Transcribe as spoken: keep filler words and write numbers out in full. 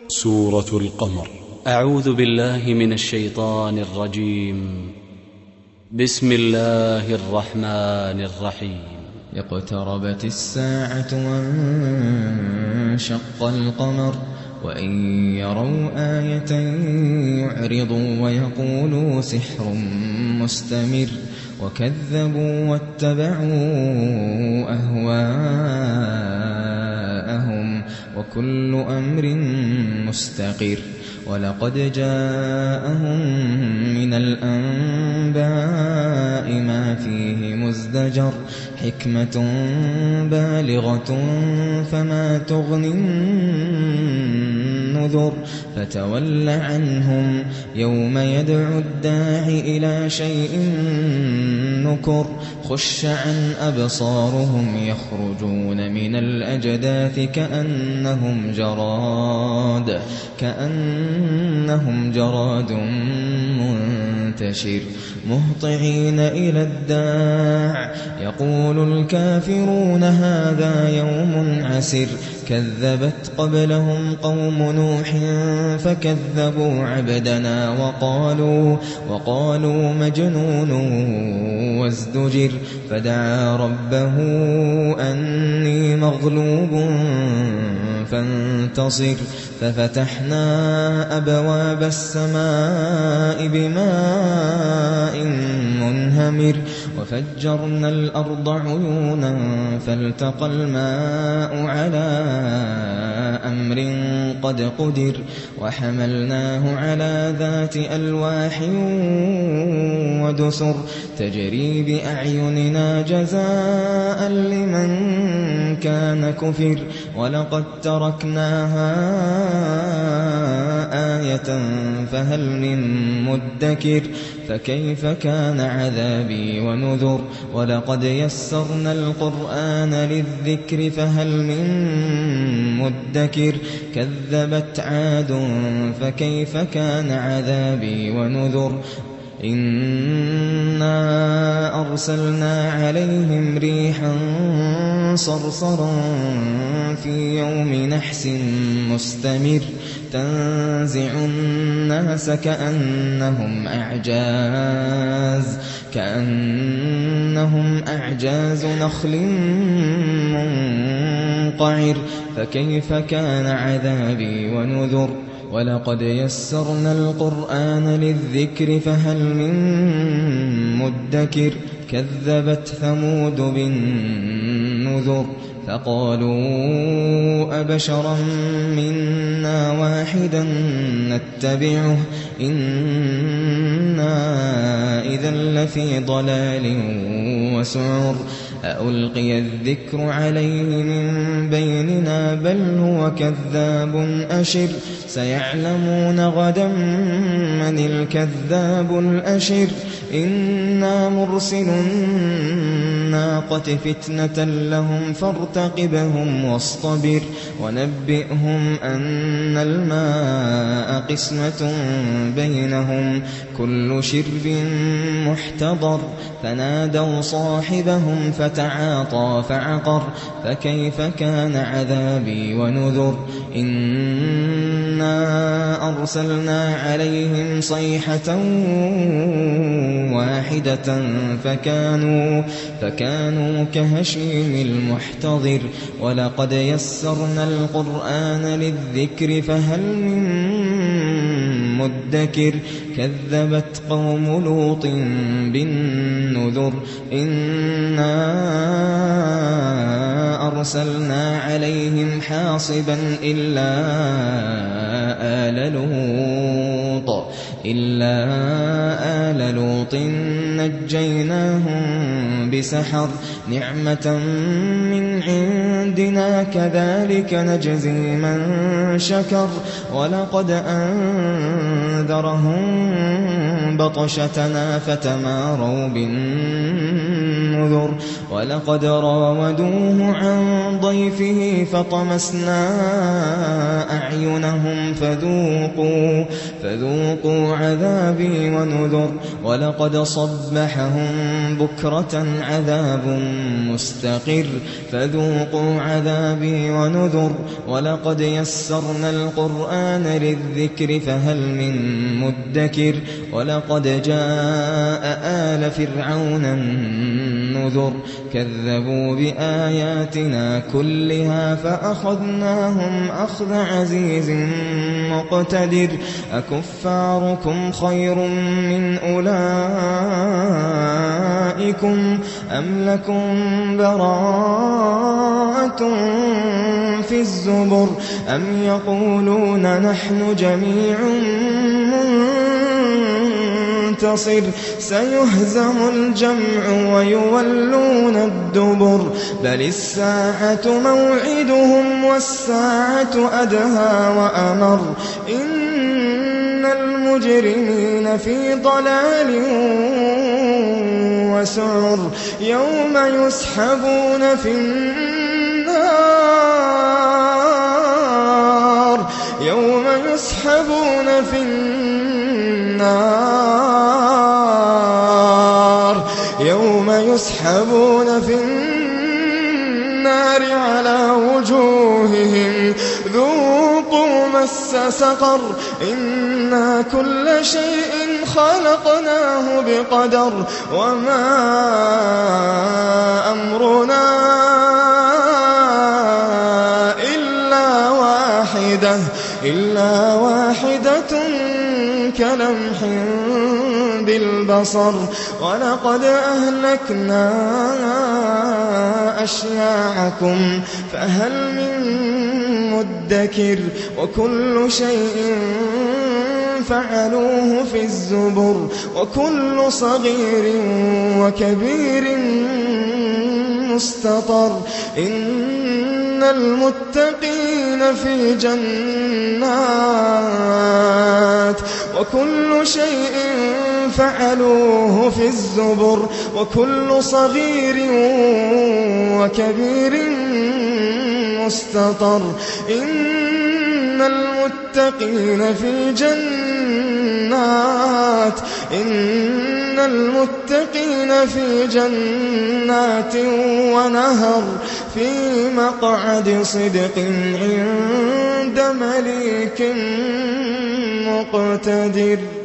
سورة القمر. أعوذ بالله من الشيطان الرجيم. بسم الله الرحمن الرحيم. اقتربت الساعة وانشق القمر وإن يروا آية يعرضوا ويقولوا سحر مستمر وكذبوا واتبعوا أهواءهم وكل أمر مستقر. ولقد جاءهم من الأنباء ما فيه مزدجر حكمة بالغة فما تغني النذر. فتول عنهم يوم يدعو الداع إلى شيء نكر. خش عن أبصارهم يخرجون من الأجداث كأنهم جراد كأنهم جراد منتشر مهطعين إلى الداع يقول الكافرون هذا يوم عسر. كذبت قبلهم قوم نوح فكذبوا عبدنا وقالوا, وقالوا مجنون وازدجر. فدعا ربه أني مغلوب فانتصر. ففتحنا أبواب السماء بماء منهمر وفجرنا الأرض عيونا فالتقى الماء على أمر قد قدر. وحملناه على ذات ألواح ودسر تجري بأعيننا جزاء لمن كان كفر. ولقد تركناها آية فهل من مدكر. فكيف كان عذابي ونذر. ولقد يسرنا القرآن للذكر فهل من مدكر. كذبت عاد فكيف كان عذابي ونذر. إنا أرسلنا عليهم ريحا صرصرا في يوم نحس مستمر تنزع الناس كأنهم أعجاز كأنهم أعجاز نخل منقعر. فكيف كان عذابي ونذر. ولقد يسرنا القرآن للذكر فهل من مدكر. كذبت ثمود بالنذر فقالوا أبشرا منا واحدا نتبعه إنا إذا لفي ضلال وسعر. ألقي الذكر عليه من بيننا بل هو كذاب أشر. سيعلمون غدا من الكذاب الأشر. إنا مرسل الناقة فتنة لهم فارتقبهم واصطبر. ونبئهم أن الماء قسمة بينهم كل شرب محتضر. فنادوا صاحبهم فتعاطى فعقر. فكيف كان عذابي ونذر. إنا أرسلنا عليهم صيحة واحدة فكانوا, فكانوا كهشيم المحتضر. ولقد يسرنا القرآن للذكر فهل من مدكر. كذبت قوم لوط بالنذر. إنا أرسلنا عليهم حاصبا إلا آل لوط إلا آل لوط نجيناهم بسحر نعمة من عندنا كذلك نجزي من شكر. ولقد أنذرهم بطشتنا فتماروا بالنذر. ولقد راودوه عن ضيفه فطمسنا أعينهم فذوقوا فذوقوا, فذوقوا عذابي ونذر ولقد صبحهم بكرة عذاب مستقر فذوقوا عذابي ونذر ولقد يسرنا القرآن للذكر فهل من مدكر ولقد جاء آل فرعون النذر كذبوا بآياتنا كلها فأخذناهم أخذ عزيز مقتدر أكفاركم خير من أولئكم أم لكم براءة في الزبر أم يقولون نحن جميع منتصر سيهزم الجمع ويولون الدبر بل الساعة موعدهم والساعة أدهى وأمر إن المجرمين في ضلال وسعر يوم يسحبون في النار يوم يسحبون في النار يوم يسحبون في النار على وجوههم ذوقوا مس سقر إنا كل شيء خلقناه بقدر وما أمرنا إلا واحدة إلا واحدة كلمح بالبصر ولقد أهلكنا أشياعكم فهل من مدكر وكل شيء فعلوه في الزبر وكل صغير وكبير مستطر إن المتقين في جنات وكل شيء فعلوه في الزبر وكل صغير وكبير مستطر إن المتقين في جنات إن المتقين في جنات ونهر في مقعد صدق عند مليك مقتدر.